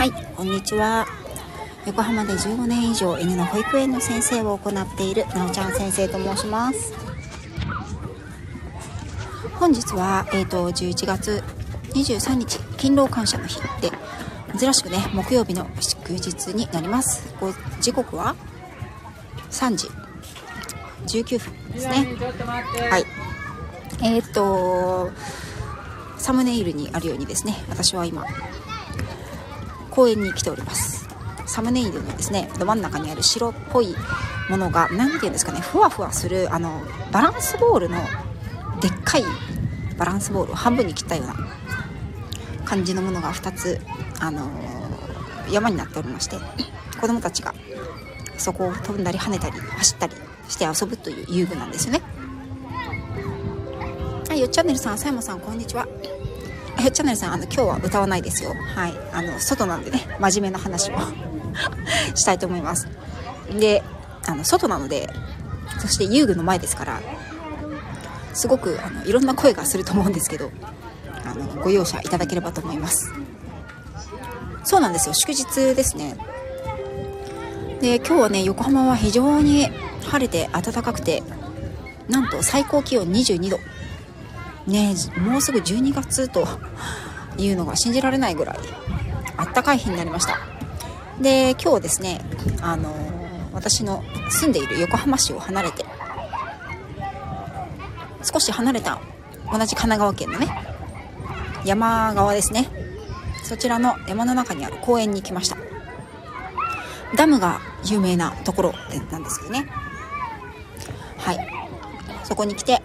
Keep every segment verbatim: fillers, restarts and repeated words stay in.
はい、こんにちは。横浜でじゅうごねん以上犬の保育園の先生を行っているなおちゃん先生と申します。本日は、えー、とじゅういちがつにじゅうさんにち勤労感謝の日で、珍しくね木曜日の祝日になります。時刻はさんじじゅうきゅうふんですね。はい、えっ、ー、とサムネイルにあるようにですね、私は今公園に来ております。サムネイルのですねど真ん中にある白っぽいものが何ていうんですかね、ふわふわするあのバランスボールのでっかいバランスボールを半分に切ったような感じのものがふたつ、あのー、山になっておりまして、子供たちがそこを飛んだり跳ねたり走ったりして遊ぶという遊具なんですよね。はい、よっチャンネルさん、さやまさん、こんにちは。よっチャンネルさん、あの今日は歌わないですよ。はい、あの外なんでね、真面目な話をしたいと思います。で、あの外なので、そして遊具の前ですから、すごくあのいろんな声がすると思うんですけど、あのご容赦いただければと思います。そうなんですよ、祝日ですね。で、今日はね横浜は非常に晴れて暖かくて、なんと最高気温にじゅうにどね、もうすぐじゅうにがつというのが信じられないぐらい暖かい日になりました。で、今日ですね、あのー、私の住んでいる横浜市を離れて、少し離れた同じ神奈川県のね山側ですね、そちらの山の中にある公園に来ました。ダムが有名なところなんですけどね。はい、そこに来て、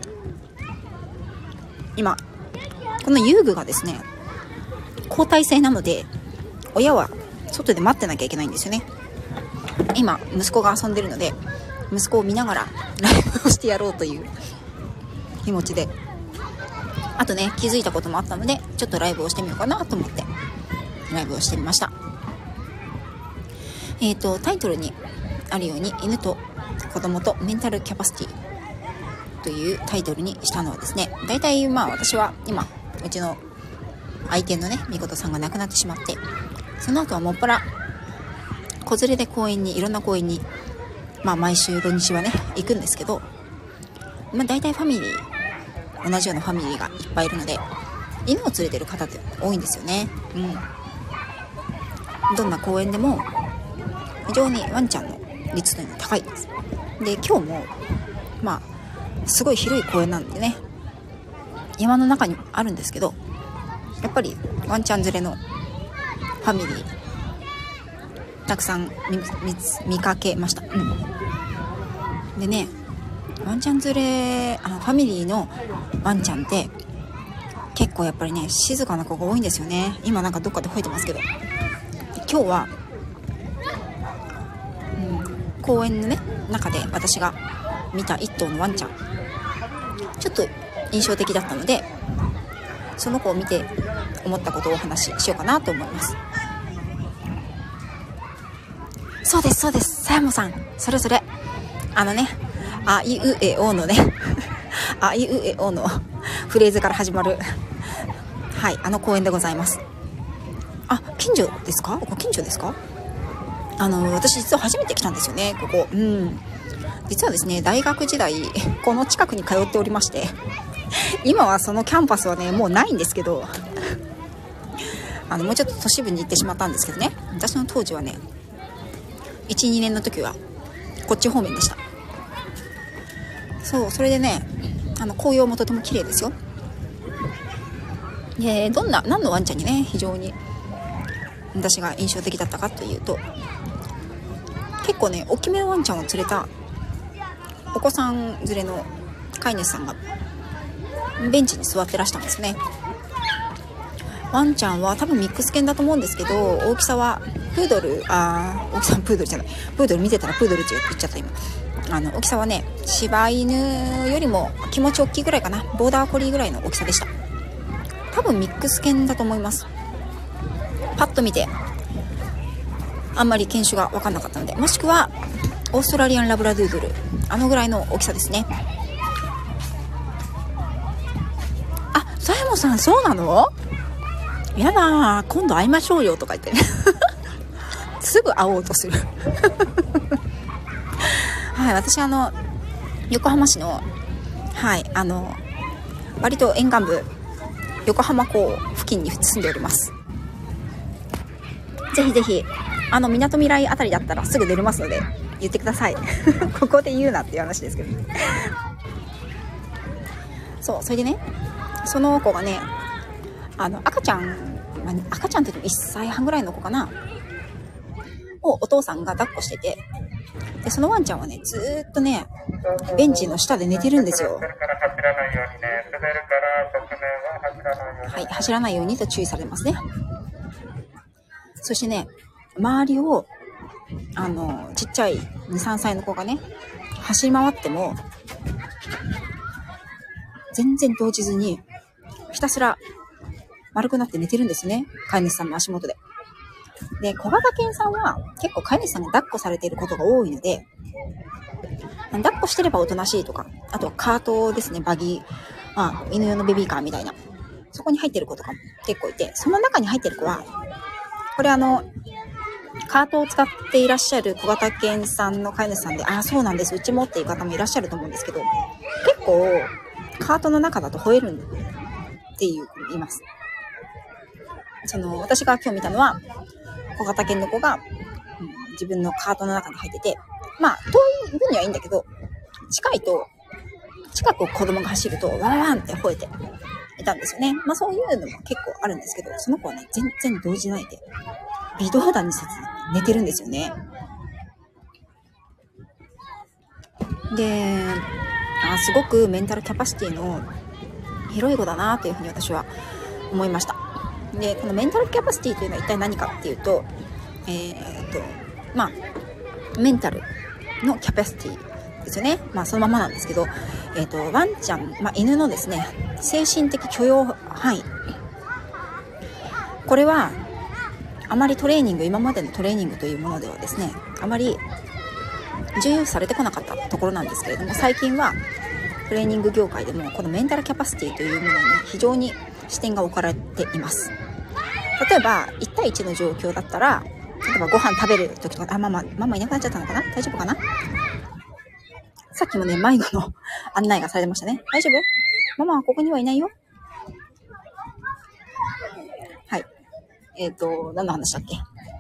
今この遊具がですね交代制なので、親は外で待ってなきゃいけないんですよね。今息子が遊んでるので、息子を見ながらライブをしてやろうという気持ちで、あとね気づいたこともあったので、ちょっとライブをしてみようかなと思ってライブをしてみました。えーとタイトルにあるように、犬と子供とメンタルキャパシティというタイトルにしたのはですね、だいたいまあ私は今うちの愛犬のねみことさんが亡くなってしまって、その後はもっぱら子連れで公園に、いろんな公園にまあ毎週土日はね行くんですけど、まあだいたいファミリー、同じようなファミリーがいっぱいいるので、犬を連れてる方って多いんですよね。うん、どんな公園でも非常にワンちゃんの率というのは高いです。で、今日もまあすごい広い公園なんでね、山の中にあるんですけど、やっぱりワンちゃん連れのファミリーたくさん 見, 見, 見かけました。うん、でね、ワンちゃん連れあファミリーのワンちゃんって結構やっぱりね静かな子が多いんですよね。今なんかどっかで吠えてますけど、今日は、うん、公園のね中で私が見た一頭のワンちゃん、ちょっと印象的だったので、その子を見て思ったことをお話ししようかなと思います。そうですそうです、さやもさん、それぞれあのねあいうえおのねあいうえおのフレーズから始まる、はい、あの公園でございます。あ、近所ですか？ご近所ですか？あの私実は初めて来たんですよね、ここ。うん、実はですね大学時代この近くに通っておりまして、今はそのキャンパスはねもうないんですけど、あのもうちょっと都市部に行ってしまったんですけどね、私の当時はね いちにねんの時はこっち方面でした。そう、それでね、あの紅葉もとても綺麗ですよ。で、どんな何のワンちゃんにね非常に私が印象的だったかというと、結構ね大きめのワンちゃんを連れたお子さん連れの飼い主さんがベンチに座ってらしたんですね。ワンちゃんは多分ミックス犬だと思うんですけど、大きさはプードル、あー大きさはプードルじゃない、プードル見てたらプードルって言っちゃった今。あの大きさはね柴犬よりも気持ち大きいぐらいかな、ボーダーコリーぐらいの大きさでした。多分ミックス犬だと思います。パッと見てあんまり犬種が分かんなかったので、もしくはオーストラリアンラブラドゥードル、あのぐらいの大きさですね。あ、さやもさんそうなの？やだー、今度会いましょうよとか言ってねすぐ会おうとするはい、私あの横浜市のはいあの割と沿岸部横浜港付近に住んでおります。ぜひぜひあのみなとみらいあたりだったらすぐ出れますので言ってくださいここで言うなっていう話ですけどそう、それでね、その子がね、あの赤ちゃん、まあ、赤ちゃんって言ってもいっさいはんぐらいの子かなをお父さんが抱っこしてて、でそのワンちゃんはねずーっとねベンチの下で寝てるんですよ。はい、走らないようにと注意されますね。そしてね、周りをあのちっちゃいに、さんさいの子がね走り回っても全然動じずにひたすら丸くなって寝てるんですね、飼い主さんの足元で。で、小型犬さんは結構飼い主さんが抱っこされていることが多いので、抱っこしてればおとなしいとか、あとはカートですね、バギー、まあ、犬用のベビーカーみたいな、そこに入ってる子とかも結構いて、その中に入ってる子は、これあの、カートを使っていらっしゃる小型犬さんの飼い主さんで、ああ、そうなんです、うちもっていう方もいらっしゃると思うんですけど、結構、カートの中だと吠えるっていう子もいます。その、私が今日見たのは、小型犬の子が、うん、自分のカートの中に入ってて、まあ、遠い分にはいいんだけど、近いと、近くを子供が走ると、ワンワンって吠えていたんですよね。まあそういうのも結構あるんですけど、その子はね、全然動じないで、微動だにせず寝てるんですよね。で、あ、すごくメンタルキャパシティの広い子だなというふうに私は思いました。で、このメンタルキャパシティというのは一体何かっていうと、えー、っと、まあ、メンタルのキャパシティですよね。まあ、そのままなんですけど、えー、っと、ワンちゃん、まあ、犬のですね、精神的許容範囲。これは、あまりトレーニング、今までのトレーニングというものではですね、あまり重要視されてこなかったところなんですけれども、最近はトレーニング業界でもこのメンタルキャパシティというものに非常に視点が置かれています。例えばいち対いちの状況だったら、例えばご飯食べる時とか、あ、ママママいなくなっちゃったのかな、大丈夫かな。さっきもね迷子の案内がされてましたね。大丈夫？ママはここにはいないよ。はい、えっと何の話だっけ。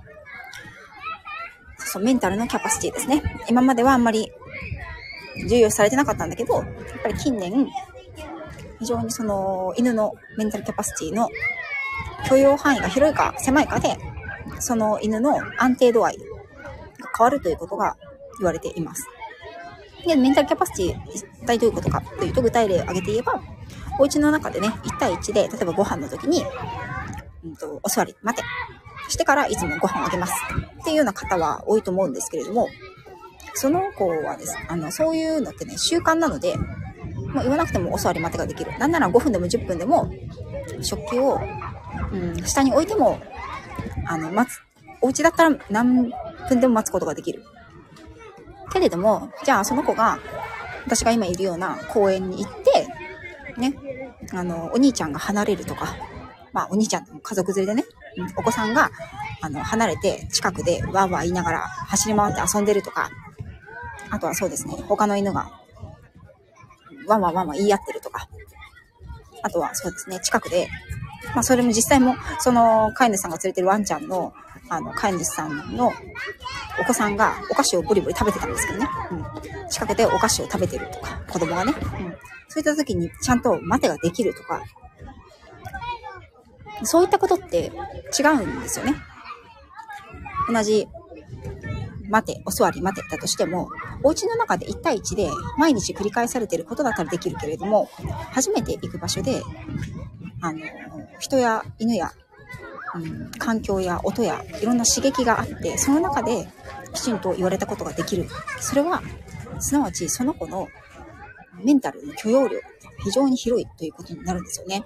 そう、メンタルのキャパシティですね。今まではあんまり重要視されてなかったんだけど、やっぱり近年非常にその犬のメンタルキャパシティの許容範囲が広いか狭いかで、その犬の安定度合いが変わるということが言われています。で、メンタルキャパシティ一体どういうことかというと、具体例を挙げて言えば、お家の中でねいち対いちで、例えばご飯の時に、うんと、お座り待てしてからいつもご飯をあげますっていうような方は多いと思うんですけれども、その子はですね、あのそういうのってね習慣なので、もう言わなくてもお座り待てができる。なんならごふんでもじゅっぷんでも食器を、うん、下に置いてもあの待つ。お家だったら何分でも待つことができる。けれども、じゃあその子が私が今いるような公園に行ってね、あのお兄ちゃんが離れるとか、まあお兄ちゃんの家族連れでね、お子さんがあの離れて近くでワーワー言いながら走り回って遊んでるとか、あとはそうですね、他の犬がワンワンワンワン言い合ってるとか、あとはそうですね、近くで、まあそれも実際もその飼い主さんが連れてるワンちゃんのあの飼い主さんのお子さんがお菓子をボリボリ食べてたんですけどね、うん、近くでお菓子を食べてるとか、子供がね、うん、そういった時にちゃんと待てができるとか、そういったことって違うんですよね。同じ待て、お座り待てだとしても、お家の中でいち対いちで毎日繰り返されていることだったらできるけれども、初めて行く場所で、あの、人や犬や、うん、環境や音やいろんな刺激があって、その中できちんと言われたことができる。それは、すなわちその子のメンタルの許容量が非常に広いということになるんですよね。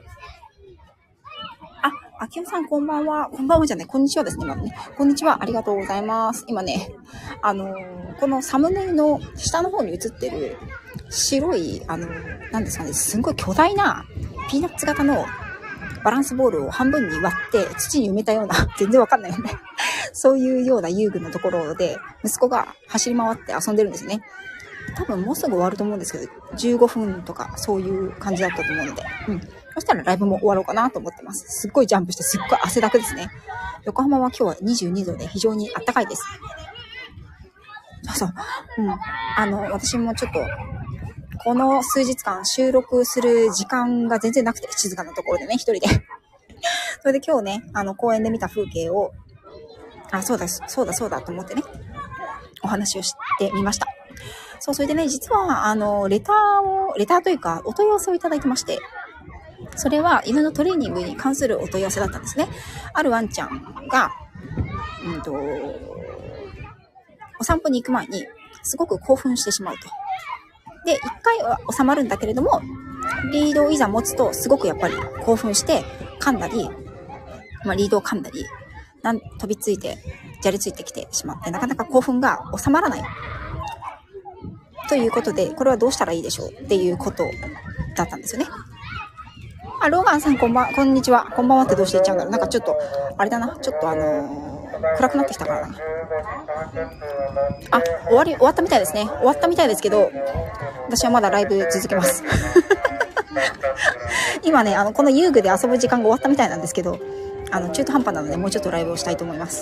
あきおさんこんばんは。こんばんはじゃない、こんにちはですね。今ね。こんにちは。ありがとうございます。今ね、あのー、このサムネの下の方に映ってる白い、あのー、なんですかね、すんごい巨大なピーナッツ型のバランスボールを半分に割って土に埋めたような、全然わかんないよね。 そういうような遊具のところで息子が走り回って遊んでるんですね。多分もうすぐ終わると思うんですけど、じゅうごふんとかそういう感じだったと思うので、うん。そしたらライブも終わろうかなと思ってます。すっごいジャンプしてすっごい汗だくですね。横浜は今日はにじゅうにどで非常に暖かいです。そうそう。うん。あの、私もちょっと、この数日間収録する時間が全然なくて、静かなところでね、一人で。それで今日ね、あの、公園で見た風景を、あ、そうだ、そうだ、そうだと思ってね、お話をしてみました。そう、それでね、実は、あの、レターを、レターというか、お問い合わせをいただいてまして、それは犬のトレーニングに関するお問い合わせだったんですね。あるワンちゃんが、うんと、お散歩に行く前に、すごく興奮してしまうと。で、一回は収まるんだけれども、リードをいざ持つと、すごくやっぱり興奮して、噛んだり、まあ、リードを噛んだり、なん飛びついて、じゃりついてきてしまって、なかなか興奮が収まらない。ということで、これはどうしたらいいでしょうっていうことだったんですよね。あ、ローガンさんこんばん、こんにちは。こんばんはってどうして言っちゃうんだろう。なんかちょっと、あれだな。ちょっとあのー、暗くなってきたからだな。あ、終わり、終わったみたいですね。終わったみたいですけど、私はまだライブ続けます。今ね、あの、この遊具で遊ぶ時間が終わったみたいなんですけど、あの、中途半端なので、もうちょっとライブをしたいと思います。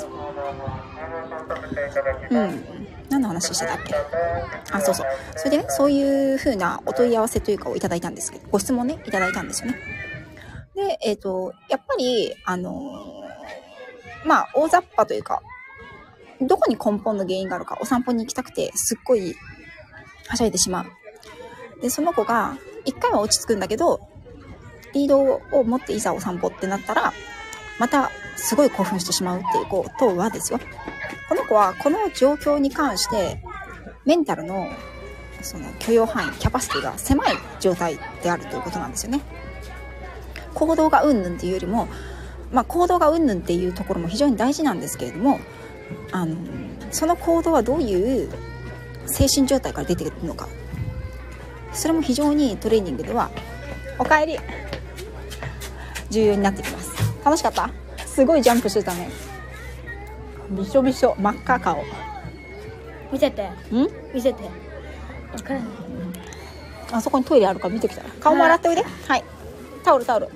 うん。何の話してたっけ？あ、そうそう。それでね、そういう風なお問い合わせというかをいただいたんですけど、ご質問ね、いただいたんですよね。で、えっと、やっぱり、あのー、まあ、大雑把というか、どこに根本の原因があるか、お散歩に行きたくて、すっごい、はしゃいでしまう。で、その子が、一回は落ち着くんだけど、リードを持っていざお散歩ってなったら、また、すごい興奮してしまうっていうことはですよ。この子は、この状況に関して、メンタルの、その許容範囲、キャパシティが狭い状態であるということなんですよね。行動がうんぬんっていうよりも、まあ、行動がうんぬんっていうところも非常に大事なんですけれども、あのその行動はどういう精神状態から出てくるのか、それも非常にトレーニングではおかえり重要になってきます。楽しかった？すごいジャンプしてたね。びしょびしょ、真っ赤顔。 見せて。 ん？ 見せて。わからない。 あそこにトイレあるから見てきたら。顔も洗っておいで。はい。はい、タオルタオル。うん、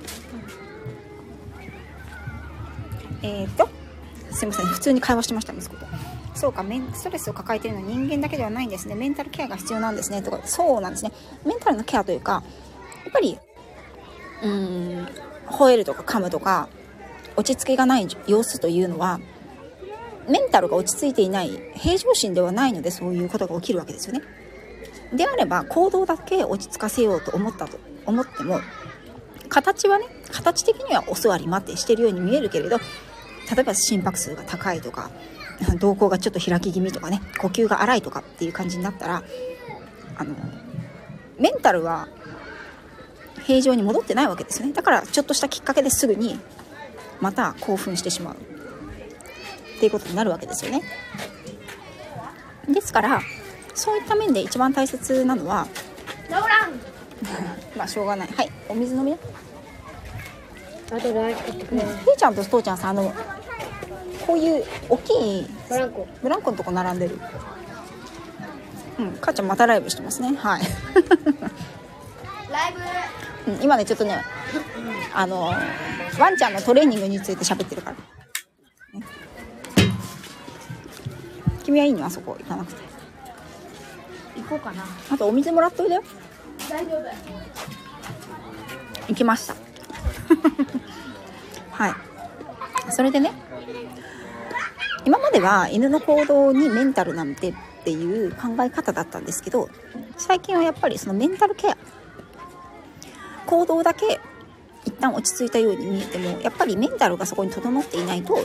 えーっとすいません、普通に会話してました息子と。そうか、メンストレスを抱えているのは人間だけではないんですね。メンタルケアが必要なんですねとか。そうなんですね。メンタルのケアというか、やっぱりうーん吠えるとか噛むとか落ち着きがない様子というのは、メンタルが落ち着いていない、平常心ではないので、そういうことが起きるわけですよね。であれば行動だけ落ち着かせようと思ったと思っても、形はね、形的にはお座り待ってしてるように見えるけれど、例えば心拍数が高いとか、瞳孔がちょっと開き気味とかね、呼吸が荒いとかっていう感じになったら、あのメンタルは平常に戻ってないわけですよね。だからちょっとしたきっかけですぐにまた興奮してしまうっていうことになるわけですよね。ですからそういった面で一番大切なのはローランまあしょうがない。はい、お水飲みな。 あとライブってくれる。 ひーちゃんと父ちゃんさ、あのこういう大きいブランコブランコのとこ並んでる。うん、母ちゃんまたライブしてますね。はいライブ、 うん、今ねちょっとねあのワンちゃんのトレーニングについて喋ってるから、ね、君はいいの？あそこ行かなくて。 行こうかな。 あとお水もらっといでよ。 大丈夫。 行きましたはい。それでね、今までは犬の行動にメンタルなんてっていう考え方だったんですけど、最近はやっぱりそのメンタルケア、行動だけ一旦落ち着いたように見えても、やっぱりメンタルがそこに整っていないと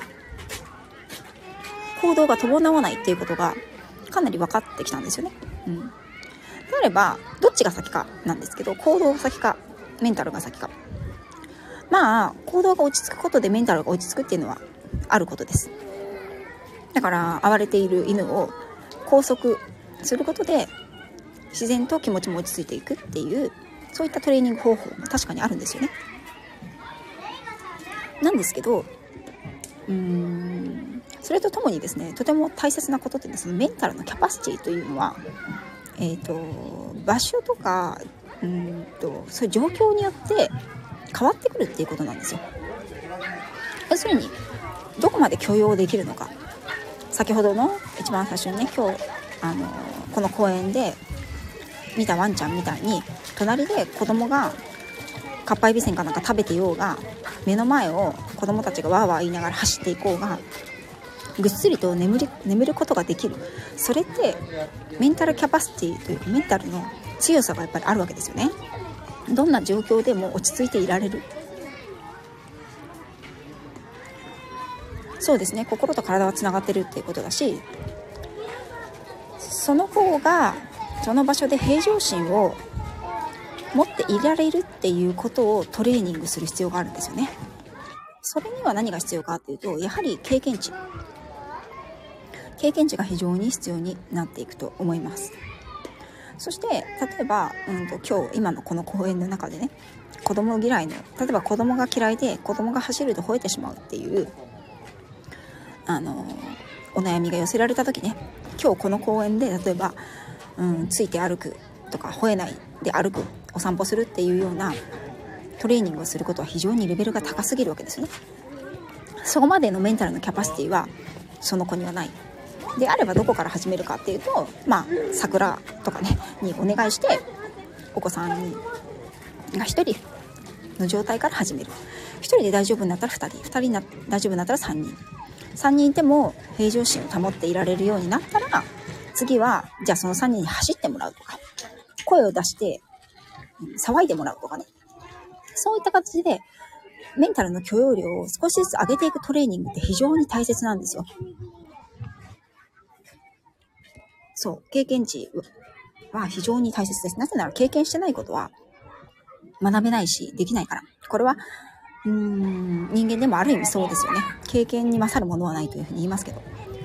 行動が伴わないっていうことがかなり分かってきたんですよね。うん。であればどっちが先かなんですけど、行動が先かメンタルが先か。まあ行動が落ち着くことでメンタルが落ち着くっていうのはあることです。だから暴れている犬を拘束することで自然と気持ちも落ち着いていくっていう、そういったトレーニング方法も確かにあるんですよね。なんですけど、うーんそれとともにですね、とても大切なことってですね、メンタルのキャパシティというのは、えっと、場所とか、うんと、そういう状況によって変わってくるっていうことなんですよ。要するに、どこまで許容できるのか。先ほどの一番最初にね、今日、あの、この公園で見たワンちゃんみたいに、隣で子供がかっぱえびせんかなんか食べてようが、目の前を子供たちがワーワー言いながら走っていこうが、ぐっすりと眠り、眠ることができる。それってメンタルキャパシティというか、メンタルの強さがやっぱりあるわけですよね。どんな状況でも落ち着いていられる。そうですね、心と体はつながってるっていうことだし、その方がその場所で平常心を持っていられるっていうことをトレーニングする必要があるんですよね。それには何が必要かというと、やはり経験値経験値が非常に必要になっていくと思います。そして例えば、うんと、今日今のこの公園の中でね、子供嫌いの、例えば子供が嫌いで子供が走ると吠えてしまうっていうあのお悩みが寄せられた時ね、今日この公園で例えば、うん、ついて歩くとか、吠えないで歩く、お散歩するっていうようなトレーニングをすることは非常にレベルが高すぎるわけですね。そこまでのメンタルのキャパシティはその子にはない。であればどこから始めるかっていうと、まあ桜とかねにお願いして、お子さんにがひとりの状態から始める。ひとりで大丈夫になったらふたり、ふたりな大丈夫になったらさんにん、さんにんいても平常心を保っていられるようになったら、次はじゃあそのさんにんに走ってもらうとか、声を出して騒いでもらうとかね、そういった形でメンタルの許容量を少しずつ上げていくトレーニングって非常に大切なんですよ。そう、経験値は非常に大切です。なぜなら経験してないことは学べないしできないから。これはうーん人間でもある意味そうですよね。経験に勝るものはないというふうに言いますけど。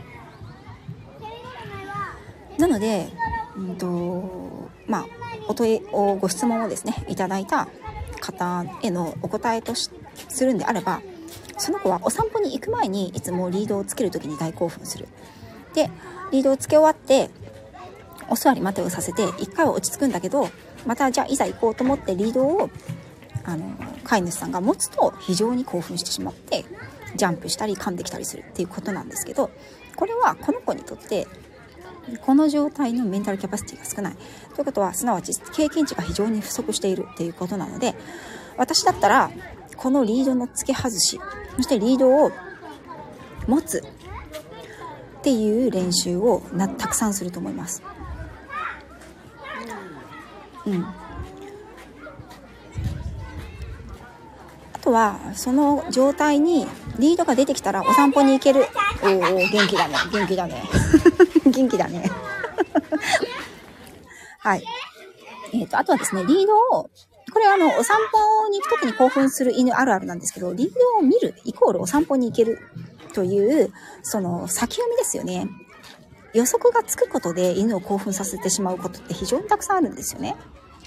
なので、うんとまあお問いをご質問をですねいただいた方へのお答えとしするんであれば、その子はお散歩に行く前にいつもリードをつけるときに大興奮する。でリードをつけ終わってお座り待てをさせて一回は落ち着くんだけど、またじゃあいざ行こうと思ってリードをあの飼い主さんが持つと非常に興奮してしまってジャンプしたり噛んできたりするっていうことなんですけど、これはこの子にとってこの状態のメンタルキャパシティが少ないということは、すなわち経験値が非常に不足しているっていうことなので、私だったらこのリードの付け外し、そしてリードを持つっていう練習をなたくさんすると思います。うん。あとはその状態にリードが出てきたらお散歩に行ける。おお、元気だね、元気だね元気だねはい。えっとあとはですね、リードを、これあのお散歩に行くときに興奮する犬あるあるなんですけど、リードを見るイコールお散歩に行けるというその先読みですよね。予測がつくことで犬を興奮させてしまうことって非常にたくさんあるんですよね。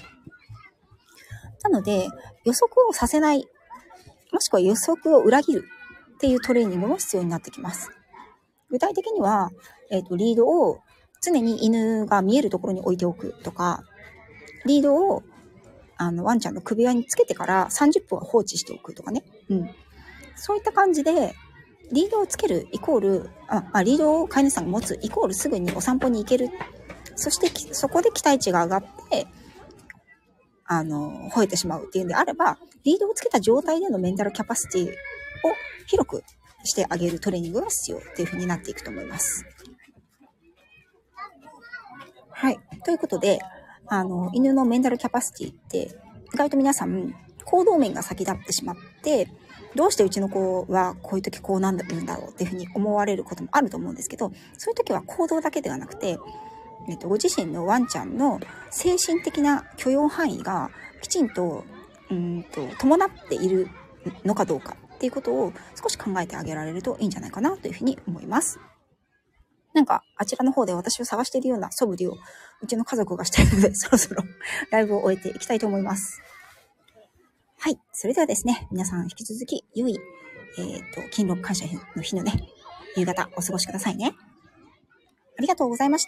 なので予測をさせない、もしくは予測を裏切るっていうトレーニングも必要になってきます。具体的には、えーと、リードを常に犬が見えるところに置いておくとか、リードをあのワンちゃんの首輪につけてからさんじゅっぷんは放置しておくとかね、うん、そういった感じでリードをつけるイコール、ああリードを飼い主さんが持つイコールすぐにお散歩に行ける。そしてそこで期待値が上がってあの吠えてしまうっていうんであれば、リードをつけた状態でのメンタルキャパシティを広くしてあげるトレーニングが必要っていう風になっていくと思います。はい。ということで、あの犬のメンタルキャパシティって意外と皆さん行動面が先立ってしまって、どうしてうちの子はこういう時こうなんだろうっていうふうに思われることもあると思うんですけど、そういう時は行動だけではなくて、えっと、ご自身のワンちゃんの精神的な許容範囲がきちんと、うんと伴っているのかどうかっていうことを少し考えてあげられるといいんじゃないかなというふうに思います。なんかあちらの方で私を探しているような素振りをうちの家族がしているので、そろそろライブを終えていきたいと思います。はい。それではですね、皆さん引き続き良い、えっと、勤労感謝の日のね、 夕方お過ごしくださいね。ありがとうございました。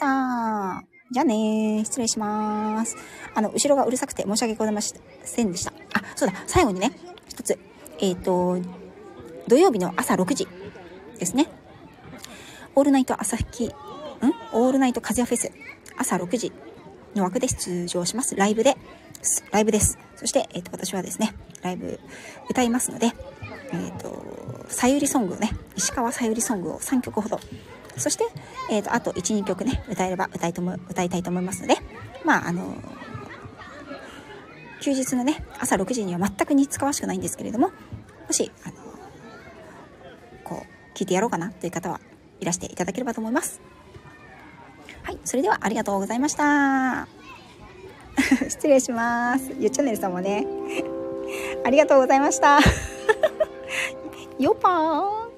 じゃあね、失礼します。あの、後ろがうるさくて申し訳ございませんでした。あ、そうだ、最後にね、一つ。えっと、土曜日の朝ろくじですね。オールナイト朝日、んオールナイトカズヤフェス、朝ろくじの枠で出場します。ライブで、ライブです。そして、えっと、私はですね、ライブ歌いますので、えっと、さゆりソングをね、石川さゆりソングをさんきょくほど、そして、えっと、あといち、にきょくね、歌えれば歌いとも、歌いたいと思いますので、まあ、あの、休日のね、朝ろくじには全く似つかわしくないんですけれども、もし、あの、こう、聞いてやろうかなという方はいらしていただければと思います。はい、それではありがとうございました。失礼します。ゆっチャンネルさんもね、ありがとうございました。よぱーん。